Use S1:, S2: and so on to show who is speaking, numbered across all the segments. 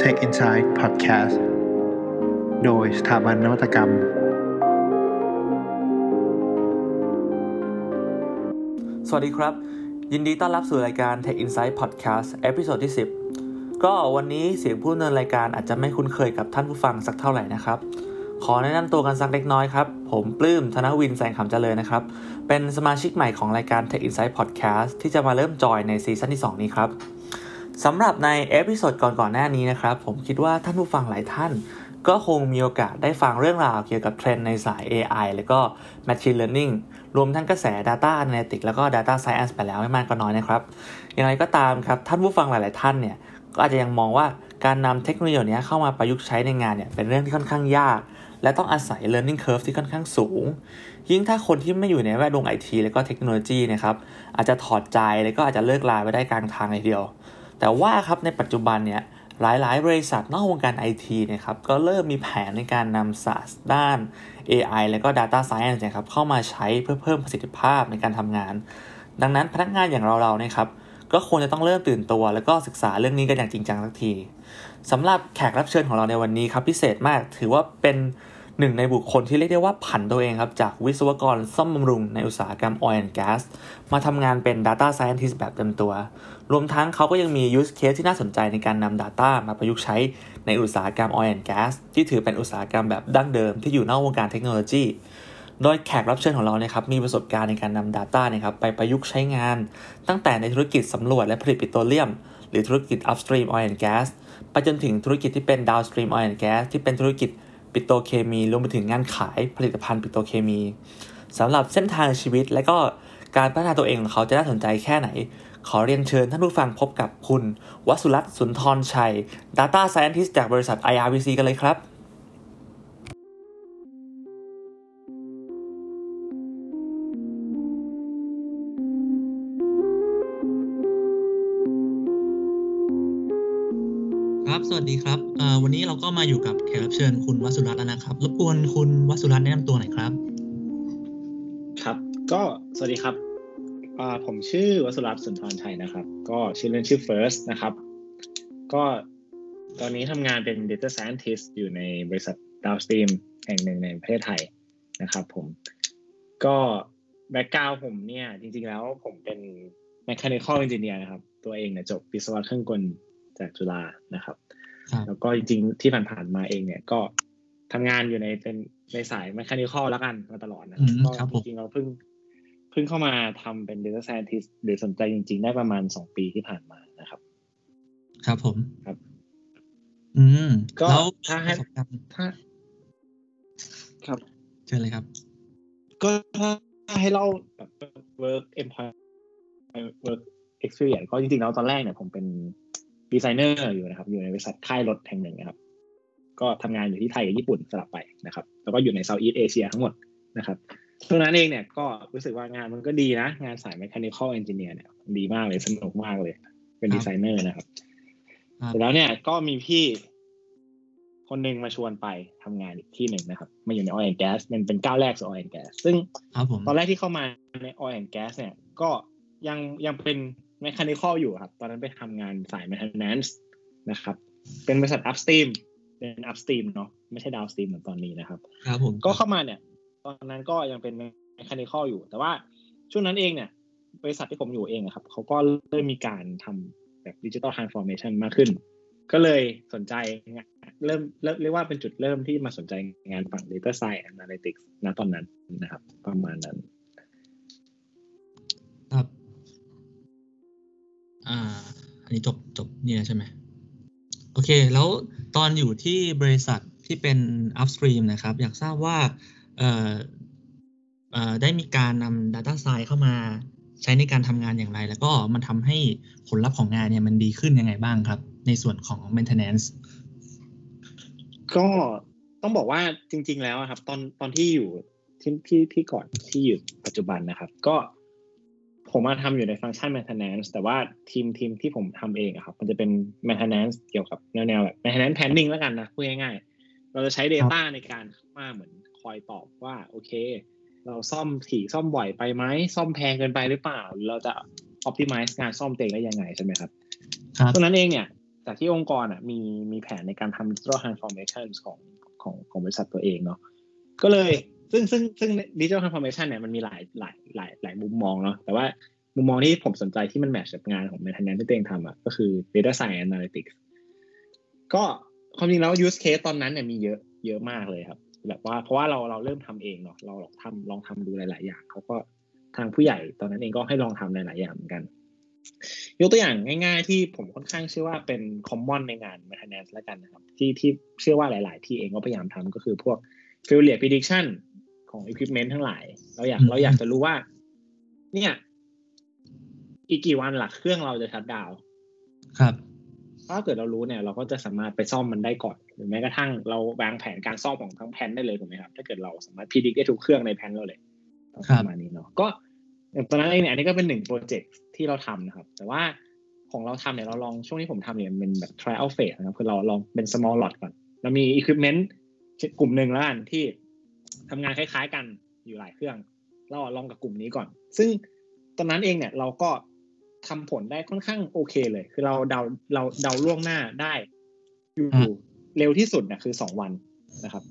S1: Tech Insight Podcast โดยสถาบันนวัตกรรม
S2: สวัสดีครับยินดีต้อนรับสู่รายการ Tech Insight Podcast เอพิโซดที่10ก็วันนี้เสียงผู้ดำเนินรายการอาจจะไม่คุ้นเคยกับท่านผู้ฟังสักเท่าไหร่นะครับขอแนะนำตัวกันสักเล็กน้อยครับผมปลื้มธนวินแสงขำเจริญนะครับเป็นสมาชิกใหม่ของรายการ Tech Insight Podcast ที่จะมาเริ่มจอยในซีซั่นที่2นี้ครับสำหรับในเอพิโซดก่อนหน้านี้นะครับผมคิดว่าท่านผู้ฟังหลายท่านก็คงมีโอกาสได้ฟังเรื่องราวเกี่ยวกับเทรนด์ในสาย AI แล้วก็ Machine Learning รวมทั้งกระแส Data Analytics แล้วก็ Data Science ไปแล้วไม่มากก็น้อยนะครับอย่างไรก็ตามครับท่านผู้ฟังหลายๆท่านเนี่ยก็อาจจะยังมองว่าการนำเทคโนโลยีนี้เข้ามาประยุกต์ใช้ในงานเนี่ยเป็นเรื่องที่ค่อนข้างยากและต้องอาศัย learning curve ที่ค่อนข้างสูงยิ่งถ้าคนที่ไม่อยู่ในแวดวง IT แล้วก็เทคโนโลยีนะครับอาจจะถอดใจแล้วก็อาจจะเลิกลาไปได้กลางทางเลยทีเดียวแต่ว่าครับในปัจจุบันเนี่ยหลายๆบริษัทนอกวงการ IT นะครับก็เริ่มมีแผนในการนำ SaaS ด้าน AI แล้วก็ Data Science นะครับเข้ามาใช้เพื่อเพิ่มประสิทธิภาพในการทำงานดังนั้นพนักงานอย่างเราๆนะครับก็ควรจะต้องเริ่มตื่นตัวแล้วก็ศึกษาเรื่องนี้กันอย่างจริงจังสักทีสำหรับแขกรับเชิญของเราในวันนี้ครับพิเศษมากถือว่าเป็นหนึ่งในบุคคลที่เรียกได้ว่าผันตัวเองครับจากวิศวกรซ่อมบำรุงในอุตสาหกรรม Oil and Gas มาทำงานเป็น Data Scientist แบบเต็มตัวรวมทั้งเขาก็ยังมี use case ที่น่าสนใจในการนำ Data มาประยุกต์ใช้ในอุตสาหกรรม Oil and Gas ที่ถือเป็นอุตสาหกรรมแบบดั้งเดิมที่อยู่นอกวงการเทคโนโลยีโดยแขกรับเชิญของเราเนี่ยครับมีประสบการณ์ในการนำ Data นะครับไปประยุกต์ใช้งานตั้งแต่ในธุรกิจสำรวจและผลิตปิโตรเลียมหรือธุรกิจ Upstream Oil and Gas ไปจนถึงธุรกิจที่เป็น Downstream Oil and Gas ที่เป็นธุรกิจปิโตรเคมีรวมไปถึงงานขายผลิตภัณฑ์ปิโตรเคมีสำหรับเส้นทางชีวิตและก็การพัฒนาตัวเองของเขาจะน่าสนใจแค่ไหนขอเรียนเชิญท่านผู้ฟังพบกับคุณวสุรัตน์ สุนทรชัย Data Scientist จากบริษัท IRVC กันเลยครับครับสวัสดีครับวันนี้เราก็มาอยู่กับแขกรับเชิญคุณวสุรัตน์แล้วนะครับรบกวนคุณวสุรัตน์แนะนำตัวหน่อยครับ
S3: ครับก็สวัสดีครับผมชื่อวสุรัตน์ สุนทรชัยนะครับก็ชื่อเล่นชื่อ First นะครับก็ตอนนี้ทำงานเป็น Data Scientist อยู่ในบริษัท Downstream แห่งหนึ่งในประเทศไทยนะครับผมก็แบ็คกราวด์ผมเนี่ยจริงๆแล้วผมเป็น Mechanical Engineer นะครับตัวเองเนี่ยจบวิศวะเครื่องกลจากจุฬานะครับแล้วก็จริงๆที่ผ่านๆมาเองเนี่ยก็ทำงานอยู่ในสาย Mechanical แล้วกันมาตลอดนะครับก็จริงๆเราเพิ่งเข้ามาทำเป็น Data Scientist หรือสนใจจริงๆได้ประมาณ2ปีที่ผ่านมานะครับ
S2: ครับผม
S3: ครับ
S2: ก็ถ้า
S3: ครับ
S2: เชิญเลยครับ
S3: ก็ถ้าให้เล่าแบบ work experience ก็จริงๆแล้วตอนแรกเนี่ยผมเป็นดีไซเนอร์อยู่นะครับอยู่ในบริษัทค่ายรถแห่งหนึ่งนะครับก็ทำงานอยู่ที่ไทยกับญี่ปุ่นสลับไปนะครับแล้วก็อยู่ใน Southeast Asia ทั้งหมดนะครับช่วงนั้นเองเนี่ยก็รู้สึกว่างานมันก็ดีนะงานสาย Mechanical Engineer เนี่ยดีมากเลยสนุกมากเลยเป็นดีไซเนอร์นะครับแต่แล้วเนี่ยก็มีพี่คนนึงมาชวนไปทำงานอีกที่หนึ่งนะครับมาอยู่ใน Oil and Gas มันเป็นก้าวแรกสู่ Oil and Gas ซึ่งตอนแรกที่เข้ามาใน Oil and Gas เนี่ยก็ยังเป็น Mechanical อยู่ครับตอนนั้นไปทำงานสาย Maintenance นะครับเป็นบริษัท Upstream เป็น Upstream เนาะไม่ใช่ Downstream เหมือนตอนนี้นะครับก็เข้ามาเนี่ยตอนนั้นก็ยังเป็น Mechanical อยู่แต่ว่าช่วงนั้นเองเนี่ยบริษัทที่ผมอยู่เองครับเขาก็เริ่มมีการทำแบบ Digital Transformation มากขึ้นก็เลยสนใจเริ่มเรียกว่าเป็นจุดเริ่มที่มาสนใจงานฝั่ง Data Science Analytics ณตอนนั้นนะครับประมาณนั้น
S2: ครับอันนี้จบนี่นะใช่ไหมโอเคแล้วตอนอยู่ที่บริษัทที่เป็น Upstream นะครับอยากทราบว่าได้มีการนำ Data Science เข้ามาใช้ในการทำงานอย่างไรแล้วก็มันทำให้ผลลัพธ์ของงานเนี่ยมันดีขึ้นยังไงบ้างครับในส่วนของ Maintenance
S3: ก็ต้องบอกว่าจริงๆแล้วครับตอนที่อยู่ที่ก่อนที่อยู่ปัจจุบันนะครับก็ผมมาทำอยู่ในฟังก์ชัน maintenance แต่ว่าทีมที่ผมทำเองครับมันจะเป็น maintenance เกี่ยวกับแนวแบบ maintenance planning แล้วกันนะพูดง่ายๆเราจะใช้ data ในการมาเหมือนคอยตอบว่าโอเคเราซ่อมถี่ซ่อมบ่อยไปไหมซ่อมแพงเกินไปหรือเปล่าเราจะ optimize งานซ่อมเองได้ยังไงใช่ไหมครับตรงนั้นเองเนี่ยจากที่องค์กรมีแผนในการทำ digital transformation ของบริษัทตัวเองเนาะก็เลยซึ่ง digital transformation เนี่ยมันมีหลายมุมมองเนาะแต่ว่ามุมมองที่ผมสนใจที่มันแมทช์กับงานของ maintenance ที่ตัวเองทำก็คือ data science analytics ก็ความจริงแล้ว use case ตอนนั้นเนี่ยมีเยอะมากเลยครับแบบว่าเพราะว่าเราเริ่มทำเองเนาะเราลองทำดูหลายๆอย่างเขาก็ทางผู้ใหญ่ตอนนั้นเองก็ให้ลองทำหลายๆอย่างเหมือนกันยกตัวอย่างง่ายๆที่ผมค่อนข้างเชื่อว่าเป็น common ในงาน maintenance แล้วกันนะครับที่เชื่อว่าหลายๆที่เองก็พยายามทำก็คือพวก failure prediction ของ equipment ทั้งหลายเราอยากจะรู้ว่าเนี่ยอีกกี่วันหลักเครื่องเราจะชัตดาวน์
S4: ครับ
S3: ถ้าเกิดเรารู้เนี่ยเราก็จะสามารถไปซ่อมมันได้ก่อนหรือแม้กระทั่งเราวางแผนการซ่อมของทั้งแพลนได้เลยถูกไหมครับถ้าเกิดเราสามารถพิจิตรได้ทุกเครื่องในแพลนเราเลยประมาณนี้เนาะก็ตอนนั้นเองเนี่ยอันนี้ก็เป็นหนึ่งโปรเจกต์ที่เราทำนะครับแต่ว่าของเราทำเนี่ยเราลองช่วงที่ผมทำเนี่ยเป็นแบบ trial phase นะครับคือเราลองเป็น small lot ก่อนเรามี equipment กลุ่มหนึ่งแล้วกันที่ทำงานคล้ายๆกันอยู่หลายเครื่องเราลองกับกลุ่มนี้ก่อนซึ่งตอนนั้นเองเนี่ยเราก็ทำผลได้ค่อนข้างโอเคเลยคือเราเดาล่วงหน้าได้อยู่เร็วที่สุดเนี่ยคือ2วันนะครับ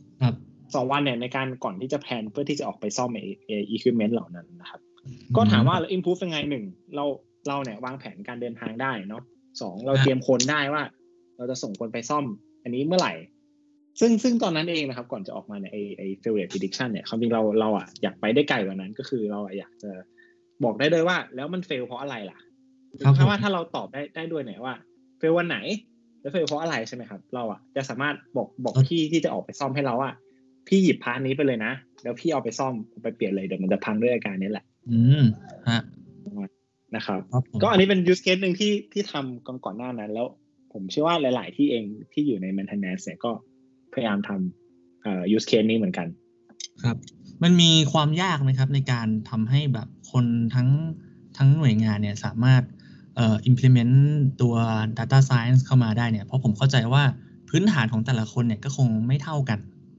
S3: 2วันเนี่ยในการก่อนที่จะแพลนเพื่อที่จะออกไปซ่อมequipment เหล่านั้นนะครับก็ถามว่าเรา improve ยังไง1เราเนี่ยวางแผนการเดินทางได้เนาะ2เราเตรียมคนได้ว่าเราจะส่งคนไปซ่อมอันนี้เมื่อไหร่ซึ่งตอนนั้นเองนะครับก่อนจะออกมาเนี่ยไอ้ failure prediction เนี่ยความจริงเราอยากไปได้ไกลกว่านั้นก็คือเราอยากจะบอกได้เลยว่าแล้วมัน fail เพราะอะไรล่ะเพราะว่าถ้าเราตอบได้ด้วยเนี่ยว่า fail วันไหนแล้ว fail เพราะอะไรใช่ไหมครับเราจะสามารถบอกพี่ที่จะออกไปซ่อมให้เราว่าพี่หยิบพาร์ทนี้ไปเลยนะแล้วพี่เอาไปซ่อมไปเปลี่ยนเลยเดี๋ยวมันจะพังด้วยอาการนี้แหละ
S4: ฮะ
S3: นะครับก็อันนี้เป็น use case นึงที่ทำก่อนหน้านั้นแล้วผมเชื่อว่าหลายๆที่เองที่อยู่ใน maintenance เนี่ยก็พยายามทำuse case นี้เหมือนกัน
S4: ครับมันมีความยากไหมครับในการทำให้แบบคนทั้งหน่วยงานเนี่ยสามารถimplement ตัว data science เข้ามาได้เนี่ยเพราะผมเข้าใจว่าพื้นฐานของแต่ละคนเนี่ยก็คงไม่เท่ากัน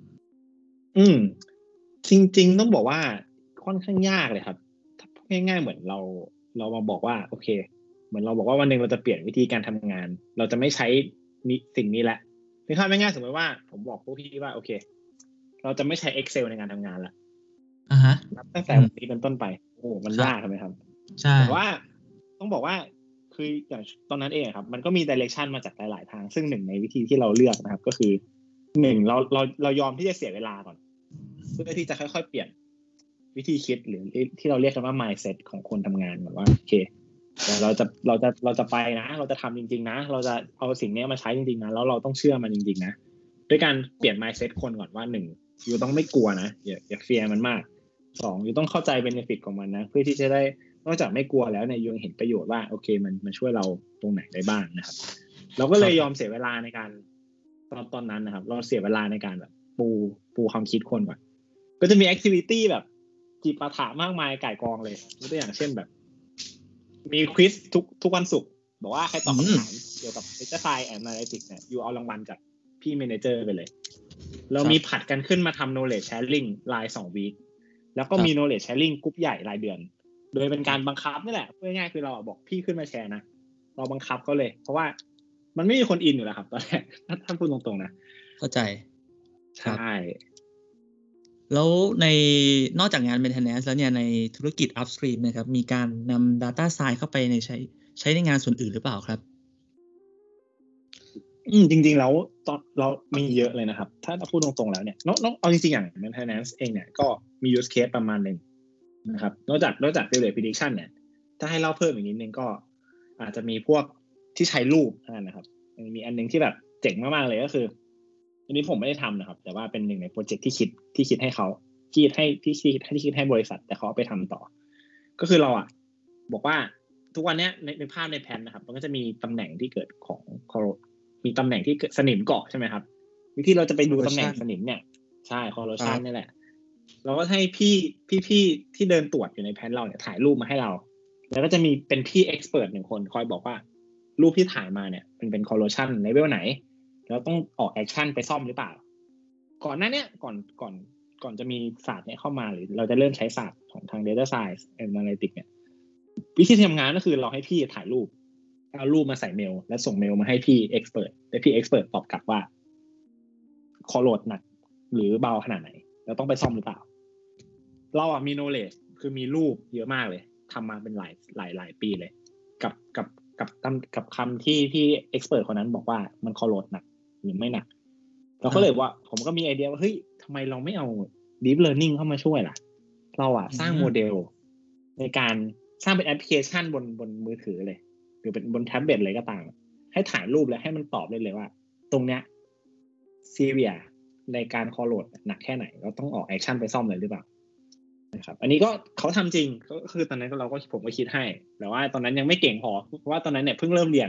S3: จริงๆต้องบอกว่าค่อนข้างยากเลยครับง่ายๆเหมือนเรามาบอกว่าโอเคเหมือนเราบอกว่าวันนึงเราจะเปลี่ยนวิธีการทำงานเราจะไม่ใช้สิ่งนี้ละนึกภาพไม่ง่ายสมมติว่าผมบอกพวกพี่ว่าโอเคเราจะไม่ใช้ Excel ในการทำงานละตั้งแต่วันนี้เป็นต้นไปโอ้มันยากใช่ไหมครับ
S4: ใช่
S3: แต่ว่าต้องบอกว่าคืออย่างตอนนั้นเองครับมันก็มี direction มาจากหลายๆทางซึ่งหนึ่งในวิธีที่เราเลือกนะครับก็คือ1เรายอมที่จะเสียเวลาก่อนเพื่อที่จะค่อยๆเปลี่ยนวิธีคิดหรือที่เราเรียกกันว่า mindset ของคนทำงานแบบว่าโอเคเราจะไปนะเราจะทำจริงๆนะเราจะเอาสิ่งนี้มาใช้จริงๆนะแล้วเราต้องเชื่อมันจริงๆนะด้วยการเปลี่ยน mindset คนก่อนว่า1อยู่ต้องไม่กลัวนะอย่าเฟียร์มันมาก2อยู่ต้องเข้าใจ benefit ของมันนะเพื่อที่จะได้นอกจากไม่กลัวแล้วเนี่ยยังเห็นประโยชน์ว่าโอเคมันช่วยเราตรงไหนได้บ้างนะครับเราก็เลยยอมเสียเวลาในการตอนนั้นนะครับเราเสียเวลาในการแบบปูความคิดคนก่อนก็จะมี activity แบบจีบปาถะมากมายก่ายกองเลยยกตัวอย่างเช่นแบบมีควิสทุกวันศุกร์บอกว่าใครตอบคำถามเกี่ยวกับ data science and analytics เนี่ยอยู่เอารางวัลจากพี่เมเนเจอร์ไปเลยเรามีผัดกันขึ้นมาทำ knowledge sharing ราย2 วีคแล้วก็มี knowledge sharing กลุ่มใหญ่รายเดือนโดยเป็นการบังคับนี่แหละพูดง่ายๆคือเราบอกพี่ขึ้นมาแชร์นะเราบังคับเขาเลยเพราะว่ามันไม่มีคนอินอยู่แล้วครับตอนแรกถ้าพูดตรงๆนะ
S4: เข้าใจ
S3: ใช่
S4: แล้วนอกจากงาน maintenance แล้วเนี่ยในธุรกิจ upstream นะครับมีการนำ data science เข้าไปใช้ในงานส่วนอื่นหรือเปล่าครับ
S3: จริงๆแล้วเรามีเยอะเลยนะครับถ้าพูดตรงๆแล้วเนี่ยน้องเอาจริงๆอย่าง maintenance เองเนี่ยก็มี use case ประมาณนึงนะครับนอกจาก failure prediction เนี่ยถ้าให้เล่าเพิ่มอีกนิดนึงก็อาจจะมีพวกที่ใช้รูปนะครับมีอันนึงที่แบบเจ๋งมากๆเลยก็คืออันนี้ผมไม่ได้ทำนะครับแต่ว่าเป็นหนึ่งในโปรเจกต์ที่คิดให้เขาคิดให้บริษัทแต่เขาเอาไปทำต่อก็คือเราบอกว่าทุกวันนี้ในภาพในแผนนะครับมันก็จะมีตำแหน่งที่เกิดของมีตำแหน่งที่สนิมเกาะใช่ไหมครับวิธีเราจะไปดูตำแหน่งสนิมเนี่ยใช่ corrosion นี่แหละเราก็ให้พี่ที่เดินตรวจอยู่ในแผนเราเนี่ยถ่ายรูปมาให้เราแล้วก็จะมีเป็นพี่ expert 1 คนคอยบอกว่ารูปที่ถ่ายมาเนี่ยมันเป็น corrosion level ไหนแล้วต้องออกแอคชั่นไปซ่อมหรือเปล่าก่อนหน้านี้ก่อนจะมีศาสตร์เนี่ยเข้ามาหรือเราจะเริ่มใช้ศาสตร์ของทาง data science and analytics เนี่ยวิธีทำงานก็คือเราให้พี่ถ่ายรูปเอารูปมาใส่เมลแล้วส่งเมลมาให้พี่ expert แต่พี่ expert ตอบกลับว่าคอโหลดหนักหรือเบาขนาดไหนแล้วต้องไปซ่อมหรือเปล่าเราอ่ะมี knowledge คือมีรูปเยอะมากเลยทำมาเป็นหลายปีเลยกับคำที่พี่ expert คนนั้นบอกว่ามันคอโหลดหนักหรือไม่หนักเราก็เลยว่าผมก็มีไอเดียว่าเฮ้ยทำไมเราไม่เอา deep learning เข้ามาช่วยล่ะเราอ่ะสร้างโมเดลในการสร้างเป็นแอปพลิเคชันบนมือถือเลยหรือเป็นบนแท็บเล็ตอะไรก็ตามให้ถ่ายรูปแล้วให้มันตอบได้เลยว่าตรงเนี้ยซีเวียในการคอโหลดหนักแค่ไหนเราต้องออกแอคชั่นไปซ่อมเลยหรือเปล่านะครับอันนี้ก็เขาทำจริงก็คือตอนนั้นผมก็คิดให้แต่ว่าตอนนั้นยังไม่เก่งพอเพราะว่าตอนนั้นเนี่ยเพิ่งเริ่มเรียน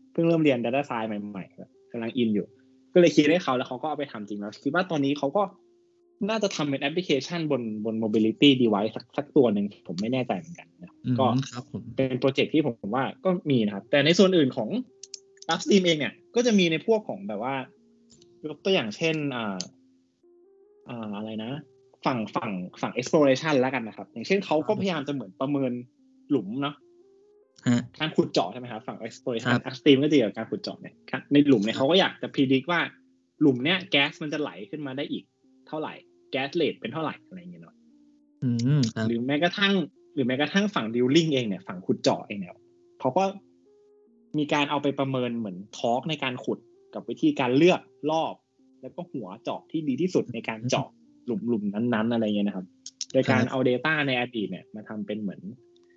S3: Data Science ใหม่ๆกำลังอินอยู่ก็เลยคิดให้เขาแล้วเขาก็เอาไปทำจริงแล้วคิดว่าตอนนี้เขาก็น่าจะทำเป็นแอปพลิเคชันบน mobility device สักตัวหนึ่งผมไม่แน่ใจเหมือนกันนะก็เป็นโปรเจกต์ที่ผมว่าก็มีนะครับแต่ในส่วนอื่นของ Upstream เองเนี่ยก็จะมีในพวกของแบบว่ายกตัวอย่างเช่นอะไรนะฝั่ง exploration แล้วกันนะครับอย่างเช่นเขาก็พยายามจะเหมือนประเมินหลุมเนาะการขุดเจาะใช่ไหมครับฝั่ง exploration upstream ก็จะเกี่ยวกับการขุดเจาะเนี่ยในหลุมเนี่ยเขาก็อยากจะ predict ว่าหลุมเนี้ยแก๊สมันจะไหลขึ้นมาได้อีกเท่าไหร่แก๊สเรทเป็นเท่าไหร่อะไรอย่างเงี้ยเนาะหรือแม้กระทั่งฝั่ง drilling เองเนี่ยฝั่งขุดเจาะเองเนี่ยเขาก็มีการเอาไปประเมินเหมือนทอร์กในการขุดกับวิธีการเลือกรอบแล้วก็หัวเจาะที่ดีที่สุดในการเจาะหลุมนั้นๆอะไรเงี้ยนะครับโดยการเอา data ในอดีตเนี่ยมาทำเป็นเหมือน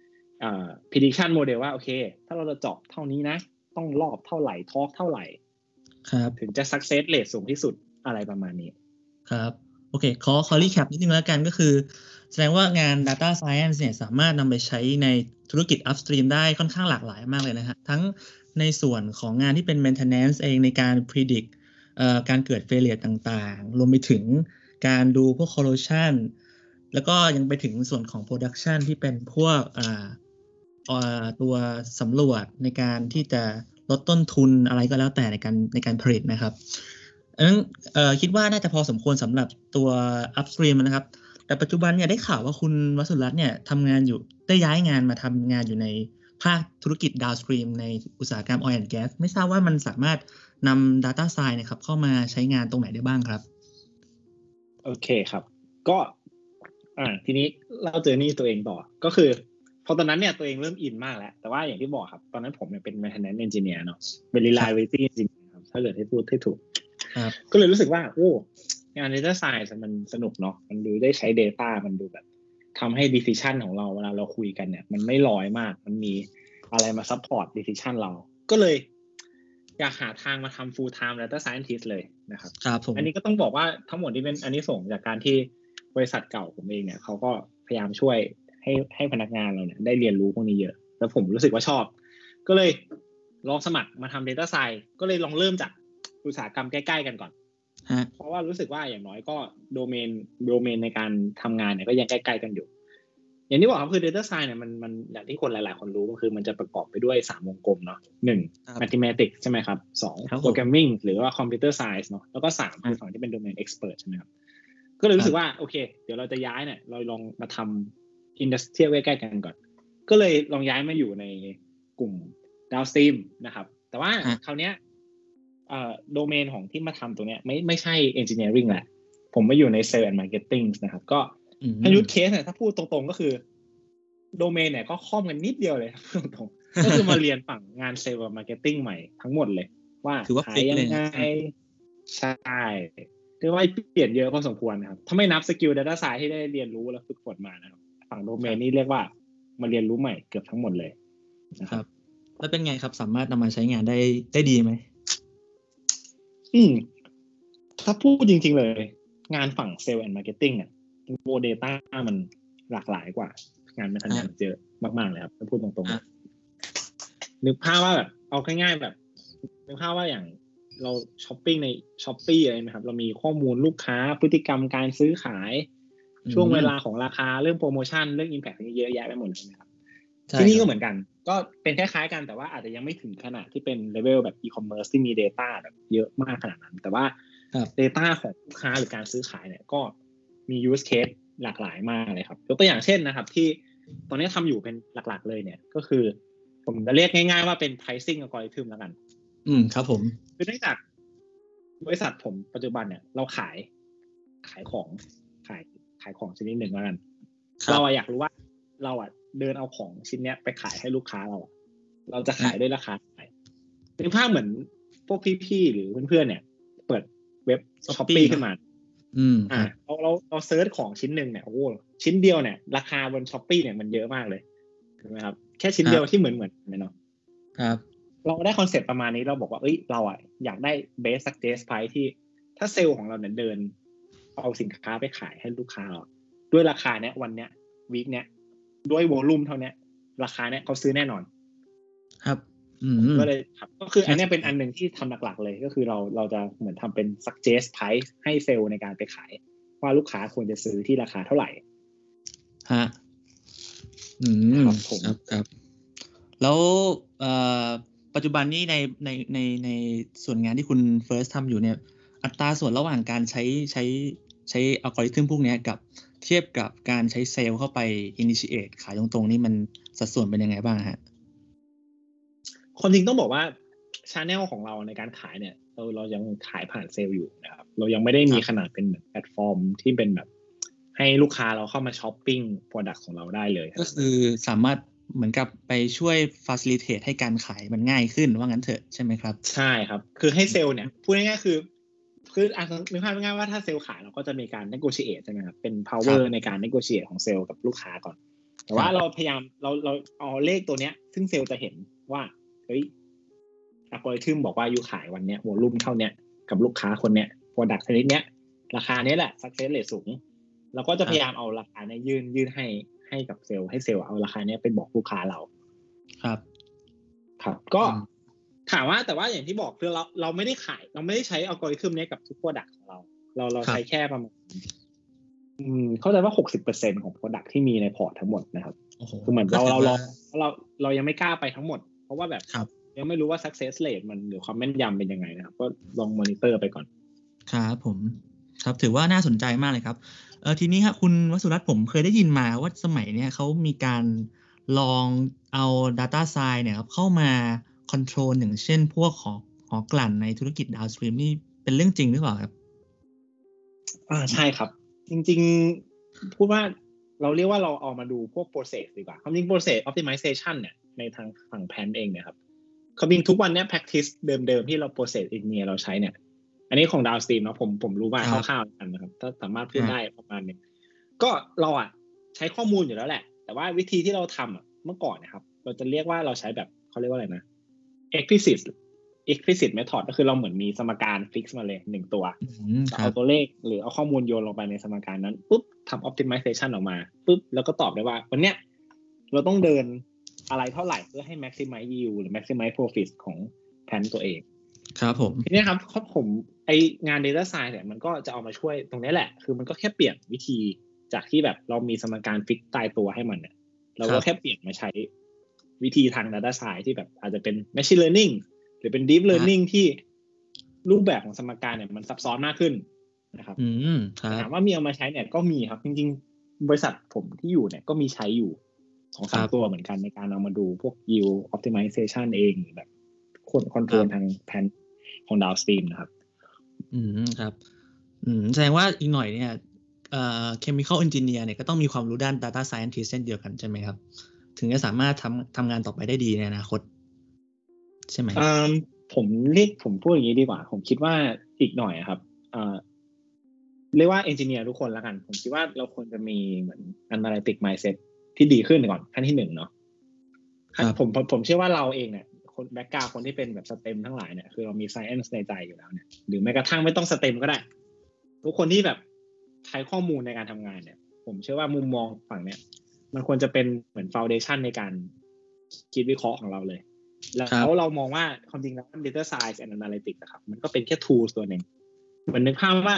S3: prediction model ว่าโอเคถ้าเราจะเจาะเท่านี้นะต้องรอบเท่าไหร่ทอร์กเท่าไหร่
S4: ครับ
S3: ถึงจะ success rate สูงที่สุดอะไรประมาณนี้
S4: ครับโอเคขอรีแคปนิดนึงแล้วกันก็คือแสดงว่างาน Data Science เนี่ยสามารถนำไปใช้ในธุรกิจ Upstream ได้ค่อนข้างหลากหลายมากเลยนะฮะทั้งในส่วนของงานที่เป็น Maintenance เองในการ predict การเกิด failure ต่างๆรวมไปถึงการดูพวก corrosion แล้วก็ยังไปถึงส่วนของ production ที่เป็นพวกตัวสำรวจในการที่จะลดต้นทุนอะไรก็แล้วแต่ในการผลิตนะครับคิดว่าน่าจะพอสมควรสำหรับตัว upstream นะครับแต่ปัจจุบันเนี่ยได้ข่าวว่าคุณวสุรัตน์เนี่ยทำงานอยู่ได้ย้ายงานมาทำงานอยู่ในภาคธุรกิจ downstream ในอุตสาหกรรม oil and gas ไม่ทราบว่ามันสามารถนำ data science เนี่ยครับเข้ามาใช้งานตรงไหนได้บ้างครับ
S3: โอเคครับก็ทีนี้เราเจอนี่ตัวเองต่อก็คือพอตอนนั้นเนี่ยตัวเองเริ่มอินมากแล้วแต่ว่าอย่างที่บอกครับตอนนั้นผมเนี่ยเป็น maintenance engineer เนาะเป็น reliability engineer ครับถ้าเกิดให้พูดให้ถูกก็เลยรู้สึกว่าโอ้งาน data science มันสนุกเนาะมันดูได้ใช้ data มันดูแบบทำให้ decision ของเราเวลาเราคุยกันเนี่ยมันไม่ลอยมากมันมีอะไรมา support decision เราก็เลยอยากหาทางมาทำ full time data scientist เลยนะครับอันนี้ก็ต้องบอกว่าทั้งหมดที่เป็นอันนี้ส่งจากการที่บริษัทเก่าผมเองเนี่ยเขาก็พยายามช่วยให้พนักงานเราเนี่ยได้เรียนรู้พวกนี้เยอะแล้วผมรู้สึกว่าชอบก็เลยลองสมัครมาทำ data science ก็เลยลองเริ่มจากอุตสาหกรรมใกล้ๆกันก่อนเพราะว่ารู้สึกว่าอย่างน้อยก็โดเมนในการทำงานเนี่ยก็ยังใกล้ๆกันอยู่อย่างที่บอกครับคือ data science เนี่ยมันอย่างที่คนหลายๆคนรู้ก็คือมันจะประกอบไปด้วย3วงกลมเนาะ1 mathematics ใช่ไหมครับ2 programming หรือว่า computer science เนาะแล้วก็3คือฝั่งที่เป็น domain expert ใช่ไหมครับก็เลยรู้สึกว่าโอเคเดี๋ยวเราจะย้ายเนี่ยเราลองมาทำ industrial ใกล้ๆกันก่อนก็เลยลองย้ายมาอยู่ในกลุ่ม downstream นะครับแต่ว่าคราวเนี้ยโดเมนของที่มาทำตรงเนี้ยไม่ใช่ engineering แหละผมมาอยู่ใน sales and marketing นะครับก็ถ้า use case เนี่ยถ้าพูดตรงๆก็คือโดเมนเนี่ยก็ค่อมกันนิดเดียวเลยตรงๆก็คือมาเรียนฝั่งงาน sales and marketing ใหม่ทั้งหมดเลยว่าขายยังไงใช่คือว่าเปลี่ยนเยอะพอสมควรนะครับถ้าไม่นับสกิล data science ที่ได้เรียนรู้และฝึกฝนมานะครับฝั่งโดเมนนี่เรียกว่ามาเรียนรู้ใหม่เกือบทั้งหมดเลย
S4: นะครับแล้วเป็นไงครับสามารถนำมาใช้งานได้ดีไหม
S3: ถ้าพูดจริงๆเลยงานฝั่ง Sales and Marketing เนี่ยโม data มันหลากหลายกว่างานMaintenanceเยอะมากๆเลยครับถ้าพูดตรงๆนึกภาพว่าแบบเอาง่ายๆแบบนึกภาพว่าอย่างเราช้อปปิ้งใน Shopee อะไรมั้ยครับเรามีข้อมูลลูกค้าพฤติกรรมการซื้อขายช่วงเวลาของราคาเรื่องโปรโมชั่นเรื่อง impact เยอะแยะไปหมดเลยครับที่นี่ก็เหมือนกันก็เป็นคล้ายๆกันแต่ว่าอาจจะยังไม่ถึงขนาดที่เป็นเลเวลแบบ e-commerce ที่มี data แบบเยอะมากขนาดนั้นแต่ว่า data ของลูกค้าหรือการซื้อขายเนี่ยก็มี use case หลากหลายมากเลยครับยกตัวอย่างเช่นนะครับที่ตอนนี้ทำอยู่เป็นหลักๆเลยเนี่ยก็คือผมจะเรียกง่ายๆว่าเป็น pricing algorithm แล้วกัน
S4: ครับผม
S3: คือเนื่องจากบริษัทผมปัจจุบันเนี่ยเราขายของชนิดหนึ่งแล้วกันเราอยากรู้ว่าเราเดินเอาของชิ้นเนี้ยไปขายให้ลูกค้าเราจะขายด้วยราคาเท่าไหร่เป็นภาพเหมือนพวกพี่ๆหรือเพื่อนๆเนี่ยเปิดเว็บ Shopee ขึ้นมาเราเซิร์ชของชิ้นหนึ่งเนี่ยโอ้ชิ้นเดียวเนี่ยราคาบน Shopee เนี่ยมันเยอะมากเลยถูกไหมครับแค่ชิ้นเดียวที่เหมือนเนาะ
S4: ครับ
S3: เราได้คอนเซ็ปต์ประมาณนี้เราบอกว่าเราอยากได้ best suggest price ที่ถ้าเซลล์ของเราเนี่ยเดินเอาสินค้าไปขายให้ลูกค้าด้วยราคาเนี้ยวันเนี้ยวีคเนี้ยด้วยโวลุ่มเท่านี้ราคาเนี้ยเขาซื้อแน่นอน
S4: ครับ
S3: ก็เลยครับก็คืออันนี้เป็นอันหนึ่งที่ทำหลักๆเลยก็คือเราจะเหมือนทำเป็น suggest price ให้เซลล์ในการไปขายว่าลูกค้าควรจะซื้อที่ราคาเท่าไหร่
S4: ฮะครับแล้วปัจจุบันนี้ในส่วนงานที่คุณเฟิร์สทำอยู่เนี่ยอัตราส่วนระหว่างการใช้อัลกอริทึมพวกนี้กับเทียบกับการใช้เซลล์เข้าไป initiate ขายตรงๆนี่มันสัดส่วนเป็นยังไงบ้างฮะ
S3: ความจริงต้องบอกว่า channel ของเราในการขายเนี่ยเรายังขายผ่านเซลล์อยู่นะครับเรายังไม่ได้มีขนาดเป็นเหมือนแพลตฟอร์มที่เป็นแบบให้ลูกค้าเราเข้ามาช้อปปิ้ง product ของเราได้เลย
S4: ก็คือสามารถเหมือนกับไปช่วย facilitate ให้การขายมันง่ายขึ้นว่างั้นเถอะใช่ไหมครับ
S3: ใช่ครับคือให้เซลล์เนี่ยพูดง่ายๆคือนึกภาพง่ายๆว่าถ้าเซลล์ขายเราก็จะมีการ negotiate ใช่ไหมครับเป็น power ในการ negotiate ของเซลล์กับลูกค้าก่อนแต่ว่าเราพยายามเราเอาเลขตัวเนี้ยซึ่งเซลล์จะเห็นว่าอัลกอริทึมบอกว่าอยู่ขายวันเนี้ยวอลุ่มเท่าเนี้ยกับลูกค้าคนเนี้ย product ชนิดเนี้ยราคานี้แหละ success rate สูงเราก็จะพยายามเอาราคาเนี้ยยื่นให้กับเซลล์ให้เซลล์เอาราคาเนี้ยไปบอกลูกค้าเราครับก็ถามว่าแต่ว่าอย่างที่บอกคือเราไม่ได้ขายเราไม่ได้ใช้อัลกอริทึมนี้กับทุก product ของเราใช้แค่ประมาณเข้าใจว่า 60% ของ product ที่มีในพอร์ตทั้งหมดนะครับคือเหมือนเรายังไม่กล้าไปทั้งหมดเพราะว่าแบบยังไม่รู้ว่า success rate มันหรือความแม่นยำเป็นยังไงนะครับก็ลองมอนิเตอร์ไปก่อน
S4: ครับผมครับถือว่าน่าสนใจมากเลยครับทีนี้ครับคุณวสุรัตน์ผมเคยได้ยินมาว่าสมัยนี้เขามีการลองเอา data science เนี่ยครับเข้ามาคอนโทรลอย่างเช่นพวกหอกลั่นในธุรกิจ downstream นี่เป็นเรื่องจริงหรือเปล่าครับ
S3: ใช่ครับจริงๆพูดว่าเราเรียกว่าเราเอามาดูพวก process ดีกว่าความจริง process optimization เนี่ยในทางฝั่งแพนเองเนี่ยครับความจริงทุกวันเนี่ย practice เดิมๆที่เรา process engineer เราใช้เนี่ยอันนี้ของ downstream เนาะผมรู้มาคร่าวๆกันนะครับถ้าสามารถพูดได้ประมาณนึงก็เราใช้ข้อมูลอยู่แล้วแหละแต่ว่าวิธีที่เราทำเมื่อก่อนนะครับเราจะเรียกว่าเราใช้แบบเขาเรียกว่าอะไรนะ explicit method ก็คือเราเหมือนมีสมการ fix มาเลย1ตัวเอาตัวเลขหรือเอาข้อมูลโยนลงไปในสมการนั้นปุ๊บทำ optimization ออกมาปุ๊บแล้วก็ตอบได้ว่าวันเนี้ยเราต้องเดินอะไรเท่าไหร่เพื่อให้ maximize yield หรือ maximize profit ของแผนตัวเอง
S4: ครับผม
S3: ทีนี้ครับผมงาน data science เนี่ยมันก็จะเอามาช่วยตรงนี้แหละคือมันก็แค่เปลี่ยนวิธีจากที่แบบเรามีสมการ fix ตายตัวให้มันเนี่ยเราก็แค่เปลี่ยนมาใช้วิธีทาง data science ที่แบบอาจจะเป็น machine learning หรือเป็น deep learning ที่รูปแบบของสมการเนี่ยมันซับซ้อนมากขึ้นนะครับถามว่ามีเอามาใช้เนี่ยก็มีครับจริงๆบริษัทผมที่อยู่เนี่ยก็มีใช้อยู่ 2-3 ตัวเหมือนกันในการเอามาดูพวก yield optimization เองแบบคอนโทรลทางแผนของ downstream นะครับ
S4: ครับแสดงว่าอีกหน่อยเนี่ยchemical engineer เนี่ยก็ต้องมีความรู้ด้าน data scientist เช่นเดียวกันใช่ไหมครับถึงจะสามารถทำงานต่อไปได้ดีในอนาคตใช่ไหม
S3: ผมพูดอย่างนี้ดีกว่าผมคิดว่าอีกหน่อยครับเรียกว่า engineer ทุกคนแล้วกันผมคิดว่าเราควรจะมีเหมือน analytic mindset ที่ดีขึ้นก่อนขั้นที่1เนาะผมเชื่อว่าเราเองเนี่ยคนแบ็คกราวด์คนที่เป็นแบบสเต็มทั้งหลายเนี่ยคือเรามี science ในใจอยู่แล้วเนี่ยหรือแม้กระทั่งไม่ต้องสเต็มก็ได้ทุกคนที่แบบใช้ข้อมูลในการทำงานเนี่ยผมเชื่อว่ามุมมองฝั่งเนี่ยมันควรจะเป็นเหมือน foundation ในการคิดวิเคราะห์ของเราเลยแล้วเรามองว่าความจริงแล้ว data science and analytics นะครับมันก็เป็นแค่ tools ตัวหนึ่งเหมือนนึกภาพว่า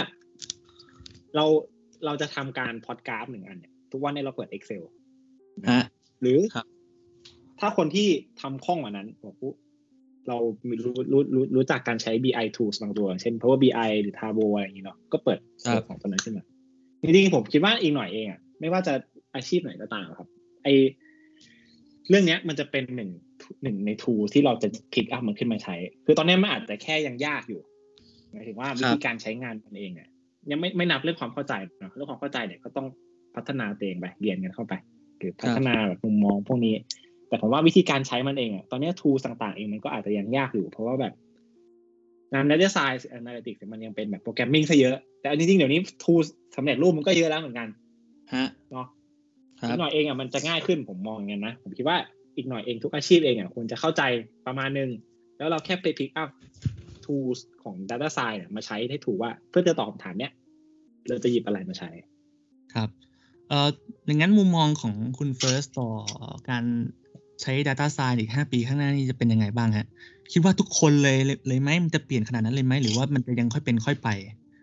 S3: เราจะทำการพอดกราฟ1อันเนี่ยทุกวันนี้เราเปิด Excel หรือถ้าคนที่ทำคล่องกว่านั้นบอกเรารู้จักการใช้ BI tools บางตัวเช่น Power BI หรือ Tableau อะไรอย่างนี้เนาะก็เปิดของตัวนั้นขึ้นมาจริงๆผมคิดว่าอีกหน่อยเองไม่ว่าจะอาชีพไหนก็ตามครับเรื่องนี้มันจะเป็นใน tool ที่เราจะ pick up มันขึ้นมาใช้คือตอนนี้มันอาจจะแค่ยังยากอยู่หมายถึงว่าวิธีการใช้งานมันเองอ่ะยังไม่นับเรื่องความเข้าใจเนาะเรื่องความเข้าใจเนี่ยก็ต้องพัฒนาตัวเองไปเรียนกันเข้าไปหรือพัฒนาแบบมุมมองพวกนี้แต่ผมว่าวิธีการใช้มันเองอ่ะตอนนี้ tool ต่างๆเองมันก็อาจจะยังยากอยู่เพราะว่าแบบงาน data science analytics มันยังเป็นแบบโปรแกรมมิ่งซะเยอะแต่จริงๆเดี๋ยวนี้ tool สำเร็จรูปมันก็เยอะแล้วเหมือนกันเนาะอีกหน่อยเองอ่ะมันจะง่ายขึ้นผมมองอย่างนั้นนะผมคิดว่าอีกหน่อยเองทุกอาชีพเองอ่ะควรจะเข้าใจประมาณนึงแล้วเราแค่ไป pick up tools ของ data science เนี่ยมาใช้ให้ถูกว่าเพื่อจะตอบคำถามเนี้ยเราจะหยิบอะไรมาใช้
S4: ครับอย่างนั้นมุมมองของคุณเฟิร์สต่อการใช้ data science อีก5 ปีข้างหน้านี่จะเป็นยังไงบ้างฮะคิดว่าทุกคนเลยไหมมันจะเปลี่ยนขนาดนั้นเลยไหมหรือว่ามันจะยังค่อยเป็นค่อยไป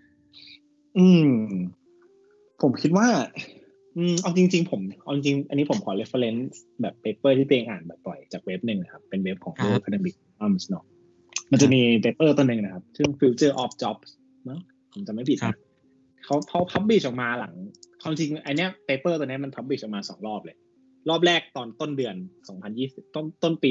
S3: ผมคิดว่าเอาจริงๆเอาจริงอันนี้ผมขอ reference แบบ paper ที่ตัวเองอ่านบ่อยๆจากเว็บนึงนะครับเป็นเว็บของ Academic Commons เนาะมันจะมี paper ตัวนึงนะครับชื่อ Future of Jobs เนาะผมจำไม่ผิดนะเขา publish ออกมาหลังความจริงอันเนี้ย paper ตัวนี้มัน publish ออกมา2รอบเลยรอบแรกตอนต้นเดือน2020ต้นปี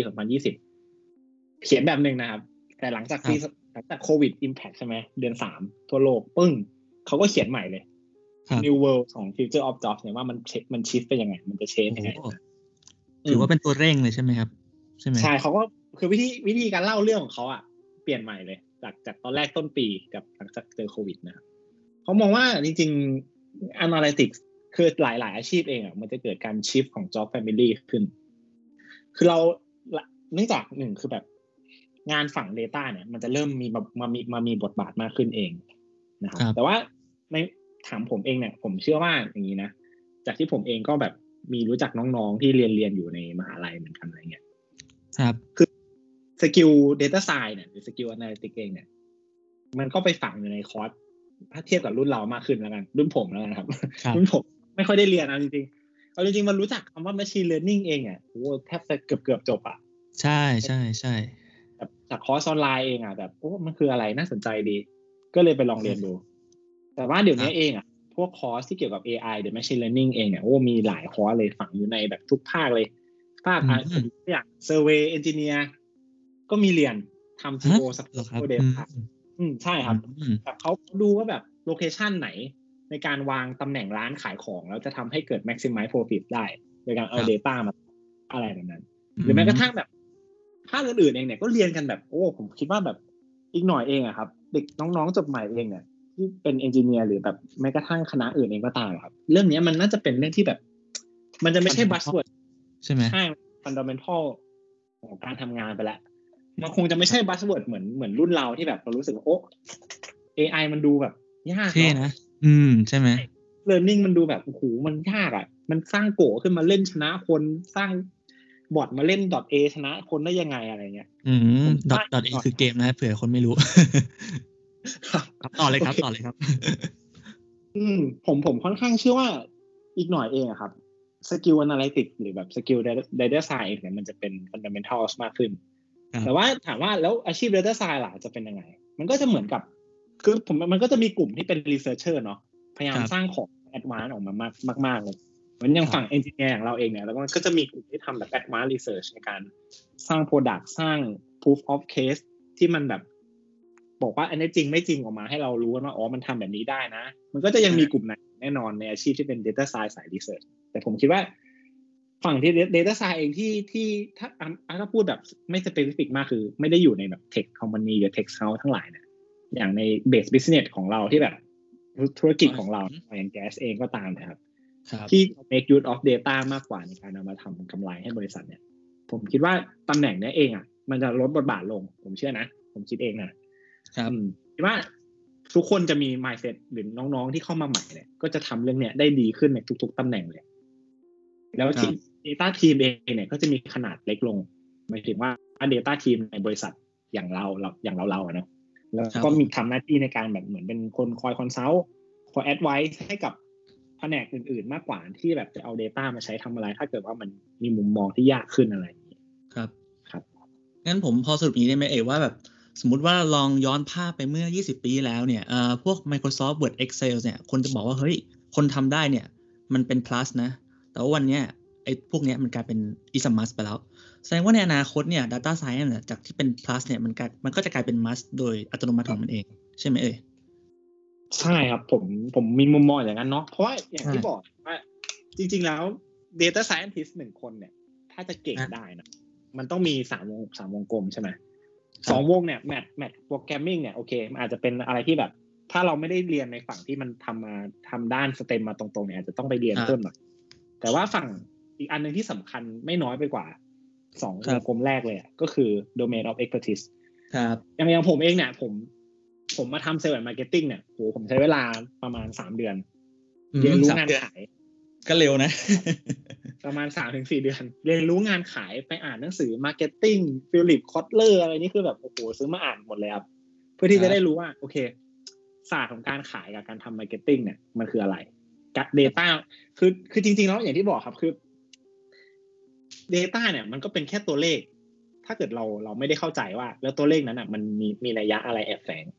S3: 2020เขียนแบบนึงนะครับแต่หลังจากโควิด impact ใช่ไหมเดือน3ทั่วโลกปึ้งเขาก็เขียนใหม่เลยNew World ของ Future of Jobs เนี่ยว่ามันชิฟไปยังไงมันจะเชนยังไง
S4: ถือว่าเป็นตัวเร่งเลยใช่ไหมครับใช่ไหม
S3: ใช่เขาก็คือวิธีการเล่าเรื่องของเขาอ่ะเปลี่ยนใหม่เลยจากตอนแรกต้นปีกับหลังจากเจอโควิดนะครับเขามองว่าจริงๆ Analytics คือหลายอาชีพเองอ่ะมันจะเกิดการชิฟของ Job Family ขึ้นคือเราเนื่องจากหนึ่งคือแบบงานฝั่ง Data เนี่ยมันจะเริ่มมีบทบาทมากขึ้นเองนะครับแต่ว่าในถามผมเองเนี่ยผมเชื่อว่าอย่างนี้นะจากที่ผมเองก็แบบมีรู้จักน้องๆที่เรียนอยู่ในมหาลัยเหมือนกันอะไรเงี้ย
S4: ครับ
S3: คือสกิล Data Science เนี่ยหรือสกิล Analytics เองเนี่ยมันก็ไปฝังอยู่ในคอร์สถ้าเทียบกับรุ่นเรามากขึ้นแล้วกันรุ่นผมแล้วกันครับรุ่นผมไม่ค่อยได้เรียนเอาจริงๆมันรู้จักคำว่า Machine Learning เองอ่ะโอ้แทบจะเกือบจบอ่ะ
S4: ใช่
S3: แบบจากคอร์สออนไลน์เองอ่ะแบบโอ้มันคืออะไรน่าสนใจดีก็เลยไปลองเรียนดูแต่ว่าเดี๋ยวนี้เองอ่ะพวกคอร์สที่เกี่ยวกับ AI หรือ Machine Learning เองเนี่ยโอ้มีหลายคอร์สเลยฝังอยู่ในแบบทุกภาคเลยภาคอย่าง Survey Engineer ก็มีเรียนทำ GO Support Data ใช่ครับแบบเขาดูว่าแบบโลเคชันไหนในการวางตำแหน่งร้านขายของแล้วจะทำให้เกิด maximize profit ได้โดยการเอา data มาอะไรแบบนั้นหรือแม้กระทั่งแบบภาคอื่นๆเองเนี่ยก็เรียนกันแบบโอ้ผมคิดว่าแบบอีกหน่อยเองอะครับเด็กน้องๆจบใหม่เองเนี่ยที่เป็นเอนจิเนียร์หรือแบบแม้กระทั่งคณะอื่นเองก็ตามครับเรื่องนี้มันน่าจะเป็นเรื่องที่แบบมันจะไม่ใช่ buzzword
S4: ใช่ไหม
S3: ใช่ fundamental ของการทำงานไปแล้วมันคงจะไม่ใช่ buzzword เหมือนรุ่นเราที่แบบเรารู้สึกว่าโอ้ AI มันดูแบบยาก
S4: เนาะใช่ไหม
S3: learning มันดูแบบโอ้โหมันยากอ่ะมันสร้างโกะขึ้นมาเล่นชนะคนสร้างบอทมาเล่น .a ชนะคนได้ยังไงอะไรเงี้ย
S4: .a คือเกมนะเผื่อคนไม่รู้ครับต่อเลยครับ
S3: ผมค่อนข้างเชื่อว่าอีกหน่อยเองอะครับสกิล analytics หรือแบบสกิล data science เนี่ยมันจะเป็น fundamentals มากขึ้นแต่ว่าถามว่าแล้วอาชีพ data science ล่ะจะเป็นยังไงมันก็จะเหมือนกับคือมันก็จะมีกลุ่มที่เป็น researcher เนาะพยายามสร้างของ advanced ออกมามากๆเลยเหมือนอย่างฝั่ง engineer อย่างเราเองเนี่ยแล้วก็จะมีกลุ่มที่ทำแบบ advanced research ในการสร้าง product สร้าง proof of case ที่มันแบบบอกว่าอันนี้จริงไม่จริงออกมาให้เรารู้ว่าอ๋อมันทำแบบนี้ได้นะมันก็จะยังมีกลุ่มไหนแน่นอนในอาชีพที่เป็น data science สาย research แต่ผมคิดว่าฝั่งที่ data science เองที่ถ้าพูดแบบไม่ specific มากคือไม่ได้อยู่ในแบบ tech company หรือ tech house ทั้งหลายเนี่ยอย่างใน base business ของเราที่แบบธุรกิจของเราอย่าง gas เองก็ตามนะครับที่ make use of data มากกว่าในการเอามาทำกำไรให้บริษัทเนี่ยผมคิดว่าตำแหน่งนี้เองอ่ะมันจะลดบทบาทลงผมเชื่อนะผมคิดเองนะครับคิดว่าทุกคนจะมี mindset หรือน้องๆที่เข้ามาใหม่เนี่ยก็จะทำเรื่องเนี้ยได้ดีขึ้นในทุกๆตำแหน่งเลยแล้วทีม data team เองเนี่ยก็จะมีขนาดเล็กลงหมายถึงว่า data team ในบริษัทอย่างเราอะเนาะแล้วก็มีทำหน้าที่ในการแบบเหมือนเป็นคนคอยคอนซัลท์คอยแอดไวซ์ให้กับแผนกอื่นๆมากกว่าที่แบบจะเอา data มาใช้ทำอะไรถ้าเกิดว่ามันมีมุมมองที่ยากขึ้นอะไรอย่างนี้
S4: ครับงั้นผมพอสรุปนี้ได้ไหมว่าแบบสมมุติว่าลองย้อนภาพไปเมื่อ20ปีแล้วเนี่ยพวก Microsoft Word Excel เนี่ยคนจะบอกว่าเฮ้ยคนทำได้เนี่ยมันเป็น plus นะแต่ว่าวันนี้พวกเนี้ยมันกลายเป็น is a must ไปแล้วแสดงว่าในอนาคตเนี่ย data science เนี่ยจากที่เป็น plus เนี่ยมันก็จะกลายเป็น must โดยอัตโนมัติของมันเองใช่ไหม
S3: ใช่ครับผมมีมุมมองอย่างนั้นเนาะเพราะว่าอย่างที่บอกว่าจริงๆแล้ว data scientist 1 คนเนี่ยถ้าจะเก่งได้นะมันต้องมี3 วงกลมใช่ไหม2 วงเนี่ยแมทโปรแกรมมิ่งเนี่ยโอเคมันอาจจะเป็นอะไรที่แบบถ้าเราไม่ได้เรียนในฝั่งที่มันทำด้านสเต็มมาตรงๆเนี่ยอาจจะต้องไปเรียนเพิ่มหน่อยแต่ว่าฝั่งอีกอันนึงที่สำคัญไม่น้อยไปกว่า2 วงกลมแรกเลยก็คือ domain of expertise
S4: ครับ
S3: อย่างผมเองเนี่ยผมมาทำเซลล์แอนด์มาร์เก็ตติ้งเนี่ยโหผมใช้เวลาประมาณ3 เดือนเรียนรู้งานขาย
S4: ก็เร็วนะ
S3: ประมาณ 3-4 เดือนเรียนรู้งานขายไปอ่านหนังสือมาร์เก็ตติ้งฟิลิปคอตเลอร์อะไรนี่คือแบบโอ้โหซื้อมาอ่านหมดเลยครับเพื่อที่จะได้รู้ว่าโอเคศาสตร์ของการขายกับการทำมาร์เก็ตติ้งเนี่ยมันคืออะไรกับ data คือจริงๆแล้วอย่างที่บอกครับคือ data เนี่ยมันก็เป็นแค่ตัวเลขถ้าเกิดเราไม่ได้เข้าใจว่าแล้วตัวเลขนั้นอ่ะมันมีนัยยะอะไรแอบแฝง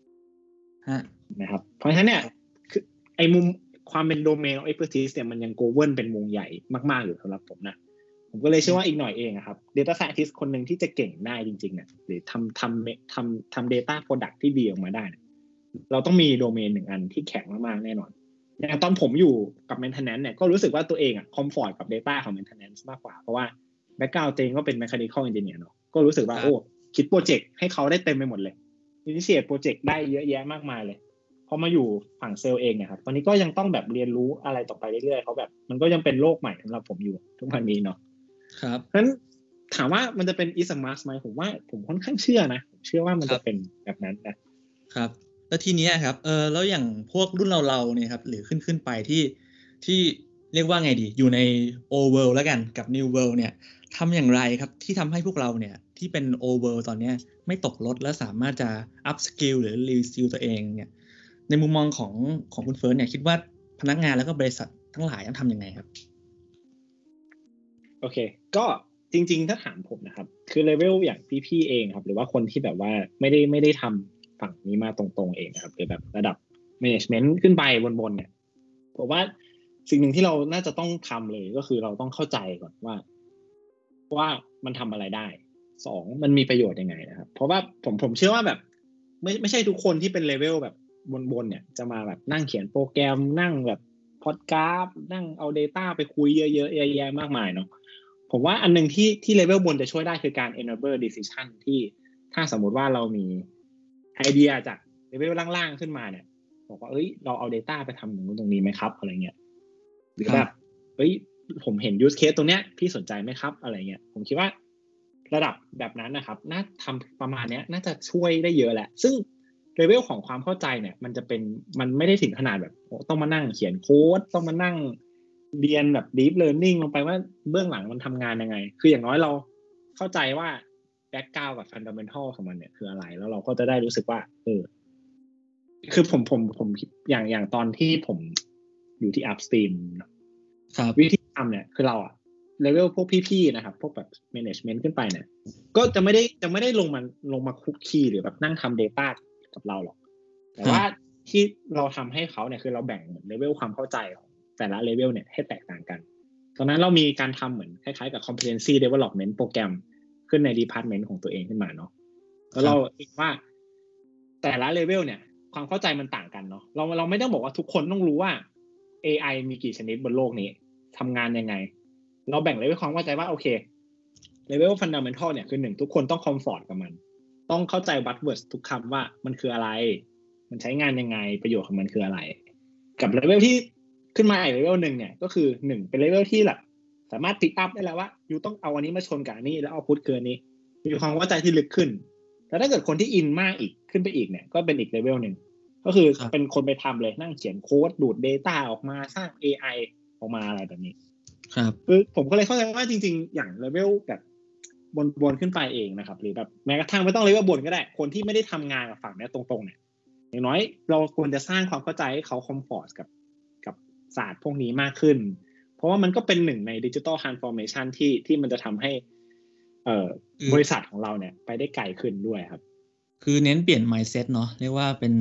S3: นะครับเพราะฉะนั้นเนี่ยคือไอ้มุมความเป็น domain of expertise เนี่ยมันยังโกเวิร์นเป็นวงใหญ่มากๆอยู่สำหรับผมนะผมก็เลยเชื่อว่าอีกหน่อยเองครับ data scientist คนหนึ่งที่จะเก่งได้จริงๆเนี่ยหรือทำ data product ที่ดีออกมาได้เราต้องมีโดเมน1 อันที่แข็งมากๆแน่นอนอย่างตอนผมอยู่กับ maintenance เนี่ยก็รู้สึกว่าตัวเองคอมฟอร์ตกับ data ของ maintenance มากกว่าเพราะว่าแบ็คกราวด์ตัวเองก็เป็น mechanical engineer เนาะก็รู้สึกว่าโอ้คิดโปรเจกต์ให้เขาได้เต็มไปหมดเลย initiate โปรเจกต์ได้เยอะแยะมากมายเลยพอมาอยู่ฝั่งเซลล์เองเนี่ยครับตอนนี้ก็ยังต้องแบบเรียนรู้อะไรต่อไปเรื่อยๆเขาแบบมันก็ยังเป็นโลกใหม่สำหรับผมอยู่ทุกวันนี้เนาะ
S4: ครับ
S3: เพราะฉะนั้นถามว่ามันจะเป็น is a must ไหมผมว่าผมค่อนข้างเชื่อนะผมเชื่อว่ามันจะเป็นแบบนั้น
S4: นะครับแล้วทีนี้ครับแล้วอย่างพวกรุ่นเราเนี่ยครับหรือขึ้นไปที่เรียกว่าไงดีอยู่ใน old world แล้วกันกับ new world เนี่ยทำอย่างไรครับที่ทำให้พวกเราเนี่ยที่เป็น old world ตอนนี้ไม่ตกรถและสามารถจะ up skill หรือ re skill ตัวเองเนี่ยในมุมมองของคุณเฟิร์สเนี่ยคิดว่าพนักงานแล้วก็บริษัททั้งหลายต้องทำยังไงครับ
S3: โอเคก็จริงๆถ้าถามผมนะครับคือเลเวลอย่างพี่ๆเองครับหรือว่าคนที่แบบว่าไม่ได้ทำฝั่งนี้มาตรงๆเองครับหรือแบบระดับ management ขึ้นไปบนเนี่ยผมว่าสิ่งหนึ่งที่เราน่าจะต้องทำเลยก็คือเราต้องเข้าใจก่อนว่ามันทำอะไรได้2มันมีประโยชน์ยังไงนะครับเพราะว่าผมเชื่อว่าแบบไม่ใช่ทุกคนที่เป็นเลเวลแบบบนเนี่ยจะมาแบบนั่งเขียนโปรแกรมนั่งแบบพอดกราฟนั่งเอา data ไปคุยเยอะๆแยะๆมากมายเนาะผมว่าอันนึงที่เลเวลบนจะช่วยได้คือการ enable decision ที่ถ้าสมมติว่าเรามีไอเดียจากเลเวลล่างๆขึ้นมาเนี่ยบอกว่าเราเอา data ไปทำอย่างนู้นตรงนี้ไหมครับอะไรเงี้ยหรือแบบผมเห็น use case ตรงเนี้ยพี่สนใจไหมครับอะไรเงี้ยผมคิดว่าระดับแบบนั้นนะครับน่าทำประมาณเนี้ยน่าจะช่วยได้เยอะแหละซึ่งเลเวลของความเข้าใจเนี่ยมันไม่ได้ถึงขนาดแบบต้องมานั่งเขียนโค้ดต้องมานั่งเรียนแบบ deep learning ลงไปว่าเบื้องหลังมันทำงานยังไงคืออย่างน้อยเราเข้าใจว่า background กับ fundamental ของมันเนี่ยคืออะไรแล้วเราก็จะได้รู้สึกว่าคือผมอย่างตอนที่ผมอยู่ที่ upstream วิธีทำเนี่ยคือเราเลเวลพวกพี่ๆนะครับพวกแบบ management ขึ้นไปเนี่ยก็จะไม่ได้ลงมาคุกคีหรือแบบนั่งทำ data กับเราหรอกแต่ว่าที่เราทำให้เขาเนี่ยคือเราแบ่งเหมือนเลเวลความเข้าใจของแต่ละเลเวลเนี่ยให้แตกต่างกันตอนนั้นเรามีการทำเหมือนคล้ายๆกับ competency development โปรแกรมขึ้นใน department ของตัวเองขึ้นมาเนาะแล้วเราคิดว่าแต่ละเลเวลเนี่ยความเข้าใจมันต่างกันเนาะเราไม่ต้องบอกว่าทุกคนต้องรู้ว่า AI มีกี่ชนิดบนโลกนี้ทำงานยังไงเราแบ่งเลเวลความเข้าใจว่าโอเคเลเวล fundamental เนี่ยคือ1ทุกคนต้อง comfort กับมันต้องเข้าใจ buzzword ทุกคำว่ามันคืออะไรมันใช้งานยังไงประโยชน์ของมันคืออะไรกับเลเวลที่ขึ้นมาอีกเลเวลนึงเนี่ยก็คือ1เป็นเลเวลที่แบบสามารถ pick up ได้แล้วว่าอยู่ต้องเอาอันนี้มาชนกับอันนี้แล้วเอาพุทเกินนี้มีความเข้าใจที่ลึกขึ้นแต่ถ้าเกิดคนที่อินมากอีกขึ้นไปอีกเนี่ยก็เป็นอีกเลเวลนึงก็คือเป็นคนไปทำเลยนั่งเขียนโค้ดดูด data ออกมาสร้าง AI ออกมาอะไรแบบนี้
S4: ครับ
S3: ผมก็เลยเข้าใจว่าจริงๆอย่างเลเวลแบบบนขึ้นไปเองนะครับหรือแบบแม้กระทั่งไม่ต้องเลเวลบนก็ได้คนที่ไม่ได้ทำงานกับฝั่งนี้ตรงๆเนี่ยอย่างน้อยเราควรจะสร้างความเข้าใจให้เขาคอมฟอร์ตกับศาสตร์พวกนี้มากขึ้นเพราะว่ามันก็เป็นหนึ่งในดิจิทัลทรานส์ฟอร์เมชันที่มันจะทำให้บริษัทของเราเนี่ยไปได้ไกลขึ้นด้วยครับ
S4: คือเน้นเปลี่ยน mindset เนาะเรียกว่าเป็น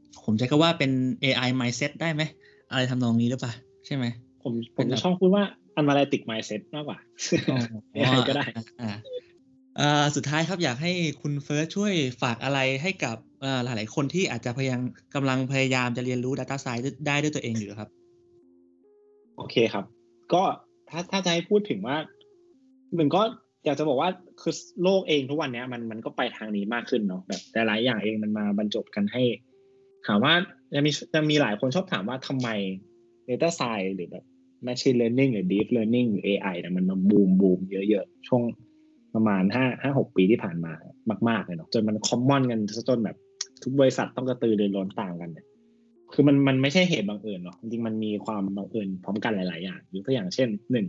S4: ผมใช้คำว่าเป็น AI mindset ได้ไหมอะไรทำนองนี้หรือเปล่าใช่ไหม
S3: ผมจะชอบพูดว่า analytic mindset มากกว่าอะไรก็ได้
S4: สุดท้ายครับอยากให้คุณเฟิร์สช่วยฝากอะไรให้กับหลายๆคนที่อาจจะกำลังพยายามจะเรียนรู้ Data Science ได้ด้วยตัวเองอยู่ครับ
S3: โอเคครับก็ถ้าจะให้พูดถึงว่ามันก็อยากจะบอกว่าคือโลกเองทุกวันนี้มันก็ไปทางนี้มากขึ้นเนาะแบบแต่หลายอย่างเองมันมาบรรจบกันให้ถามว่าจะมีหลายคนชอบถามว่าทำไม Data Science หรือแบบ Machine Learning หรือ Deep Learning หรือ AI เนี่ยมันมาบูมเยอะๆช่วงประมาณ5-6 ปีที่ผ่านมามากๆเลยเนาะจนมันคอมมอนกันจนแบบทุกบริษัทต้องกระตือรือร้นต่างกันเนี่ยคือมันไม่ใช่เหตุบังเอิญเนาะจริงๆมันมีความบังเอิญพร้อมกันหลายๆอย่างยกตัวอย่างเช่น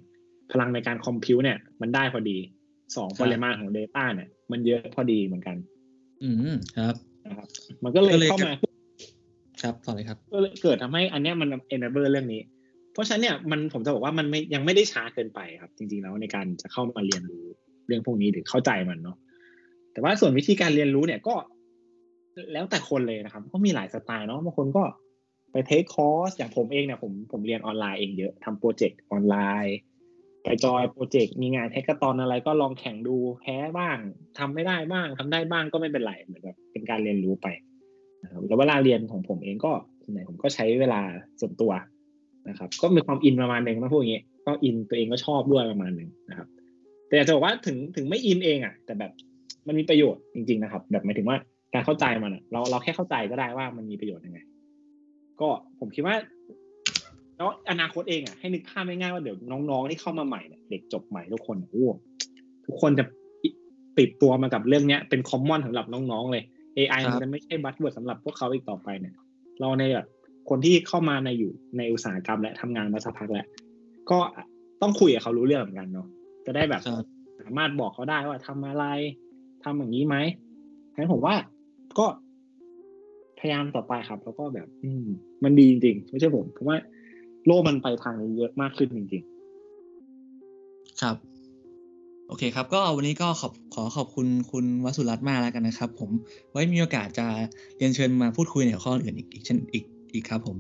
S3: 1พลังในการคอมพิวต์เนี่ยมันได้พอดี2ปริมาณของ data เนี่ยมันเยอะพอดีเหมือนกัน
S4: ครับ
S3: นะครับมันก็เลยเข้ามา
S4: ครับต่อเลยครับ
S3: ก็เลยเกิดทำให้อันเนี้ยมัน enable เรื่องนี้เพราะฉะนั้นเนี่ยผมจะบอกว่ามันยังไม่ได้ช้าเกินไปครับจริงๆแล้วในการจะเข้ามาเรียนรู้เรื่องพวกนี้หรือเข้าใจมันเนาะแต่ว่าส่วนวิธีการเรียนรู้เนี่ยก็แล้วแต่คนเลยนะครับก็มีหลายสไตล์เนาะบางคนก็ไปเทคคอร์สอย่างผมเองเนี่ยผมเรียนออนไลน์เองเยอะทำโปรเจกต์ออนไลน์ไปจอยโปรเจกต์มีงานแฮกเกอร์ตอนอะไรก็ลองแข่งดูแพ้บ้างทำไม่ได้บ้างทำได้บ้างก็ไม่เป็นไรเหมือนแบบเป็นการเรียนรู้ไปนะครับแล้วเวลาเรียนของผมเองก็ส่วนใหญ่ผมก็ใช้เวลาส่วนตัวนะครับก็มีความอินประมาณนึงนะพวกนี้ก็อินตัวเองก็ชอบด้วยประมาณนึงนะครับแต่อยากจะบอกว่าถึงไม่อินเองอ่ะแต่แบบมันมีประโยชน์จริงๆนะครับแบบหมายถึงว่าการเข้าใจมันเราแค่เข้าใจก็ได้ว่ามันมีประโยชน์ยังไงก็ผมคิดว่าแล้วอนาคตเองอ่ะให้นึกภาพง่ายๆว่าเดี๋ยวน้องๆที่เข้ามาใหม่เนี่ยเด็กจบใหม่ทุกคนทุกคนจะติดตัวมากับเรื่องนี้เป็นคอมมอนสำหรับน้องๆเลย AI มันจะไม่ใช่บัสเวิร์ดสำหรับพวกเขาอีกต่อไปเนี่ยเราในแบบคนที่เข้ามาอยู่ในอุตสาหกรรมและทำงานมาสักพักแล้วก็ต้องคุยกับเขารู้เรื่องเหมือนกันเนาะจะได้แบบสามารถบอกเขาได้ว่าทำอะไรทำอย่างนี้ไหมงั้นผมว่าก็พยายามต่อไปครับแล้วก็แบบมันดีจริงๆไม่ใช่ผมว่าโลกมันไปทางนี้เยอะมากขึ้นจริง
S4: ๆครับโอเคครับก็วันนี้ก็ขอขอบคุณคุณวสุรัตน์มากแล้วกันนะครับผมไว้มีโอกาสจะเรียนเชิญมาพูดคุยในข้ออื่นอีกครับผม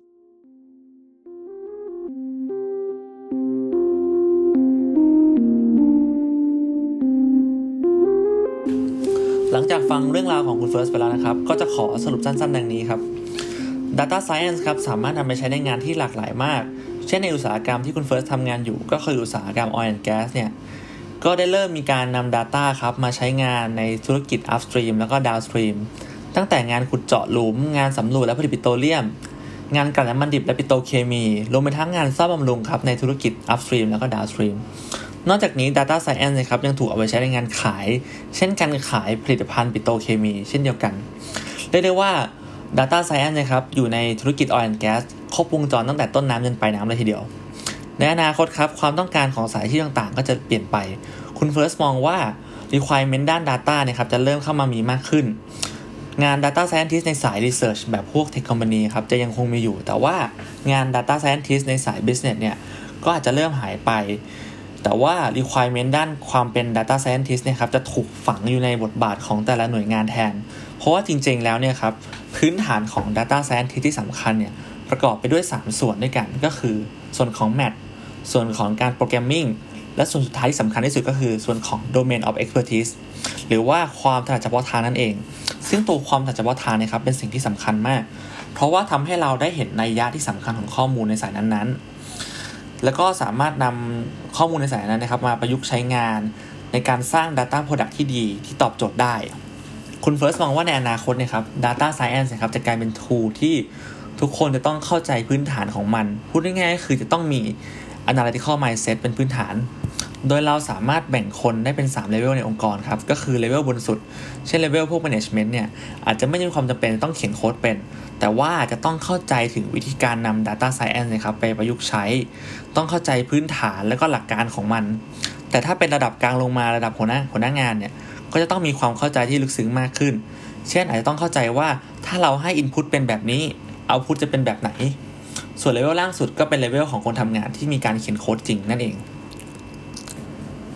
S2: หลังจากฟังเรื่องราวของคุณเฟิร์สไปแล้วนะครับก็จะขอสรุปสั้นๆดังนี้ครับ Data Science ครับสามารถนำไปใช้ในงานที่หลากหลายมากเช่นในอุตสาหกรรมที่คุณเฟิร์สทำงานอยู่ก็คืออุตสาหกรรม Oil and Gas เนี่ยก็ได้เริ่มมีการนำ Data ครับมาใช้งานในธุรกิจ Upstream แล้วก็ Downstream ตั้งแต่งานขุดเจาะหลุมงานสำรวจและผลิตปิโตรเลียมงานกลั่นน้ำมันดิบและปิโตรเคมีรวมไปทั้งงานซ่อมบำรุงครับในธุรกิจ Upstream แล้วก็ Downstreamนอกจากนี้ Data Science นะครับยังถูกเอาไปใช้ในงานขายเช่นการขายผลิตภัณฑ์ปิโตรเคมีเช่นเดียวกันเรียกได้ว่า Data Science นะครับอยู่ในธุรกิจ Oil and Gas ครบวงจรตั้งแต่ต้นน้ำจนปลายน้ำเลยทีเดียวในอนาคตครับความต้องการของสายอาชีพต่างๆก็จะเปลี่ยนไปคุณเฟิร์สมองว่า requirement ด้าน Data นะครับจะเริ่มเข้ามามีมากขึ้นงาน Data Scientist ในสาย Research แบบพวก Tech Company ครับจะยังคงมีอยู่แต่ว่างาน Data Scientist ในสาย Business เนี่ยก็อาจจะเริ่มหายไปแต่ว่า requirement ด้านความเป็น data scientist เนี่ยครับจะถูกฝังอยู่ในบทบาทของแต่ละหน่วยงานแทนเพราะว่าจริงๆแล้วเนี่ยครับพื้นฐานของ data scientist ที่สำคัญเนี่ยประกอบไปด้วย3ส่วนด้วยกันก็คือส่วนของ math ส่วนของการ programming และส่วนสุดท้ายที่สำคัญที่สุดก็คือส่วนของ domain of expertise หรือว่าความถนัดเฉพาะทางนั่นเองซึ่งตัวความถนัดเฉพาะทางเนี่ยครับเป็นสิ่งที่สำคัญมากเพราะว่าทำให้เราได้เห็นนัยยะที่สำคัญของข้อมูลในสายนั้นๆแล้วก็สามารถนำข้อมูลในสายนั้นนะครับมาประยุกต์ใช้งานในการสร้าง Data Product ที่ดีที่ตอบโจทย์ได้คุณเฟิร์สมองว่าในอนาคตเนี่ยครับ Data Science นะครับจะกลายเป็น tool ที่ทุกคนจะต้องเข้าใจพื้นฐานของมันพูดง่ายๆก็คือจะต้องมี Analytical Mindset เป็นพื้นฐานโดยเราสามารถแบ่งคนได้เป็น3 level ในองค์กรครับก็คือ level บนสุดเช่น level พวก management เนี่ยอาจจะไม่มีความจำเป็นต้องเขียนโค้ดเป็นแต่ว่าจะต้องเข้าใจถึงวิธีการนำ data science นะครับไปประยุกต์ใช้ต้องเข้าใจพื้นฐานและก็หลักการของมันแต่ถ้าเป็นระดับกลางลงมาระดับหัวหน้างานเนี่ยก็จะต้องมีความเข้าใจที่ลึกซึ้งมากขึ้นเช่นอาจจะต้องเข้าใจว่าถ้าเราให้ input เป็นแบบนี้ output จะเป็นแบบไหนส่วน level ล่างสุดก็เป็น level ของคนทำงานที่มีการเขียนโค้ดจริงนั่นเอง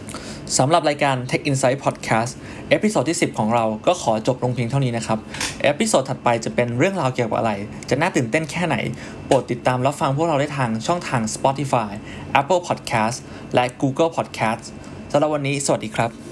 S2: สำหรับรายการ Tech Insight Podcast เอพิโซดที่10ของเราก็ขอจบลงเพียงเท่านี้นะครับเอพิโซดถัดไปจะเป็นเรื่องราวเกี่ยวกับอะไรจะน่าตื่นเต้นแค่ไหนโปรดติดตามรับฟังพวกเราได้ทางช่องทาง Spotify Apple Podcast และ Google Podcast สำหรับวันนี้สวัสดีครับ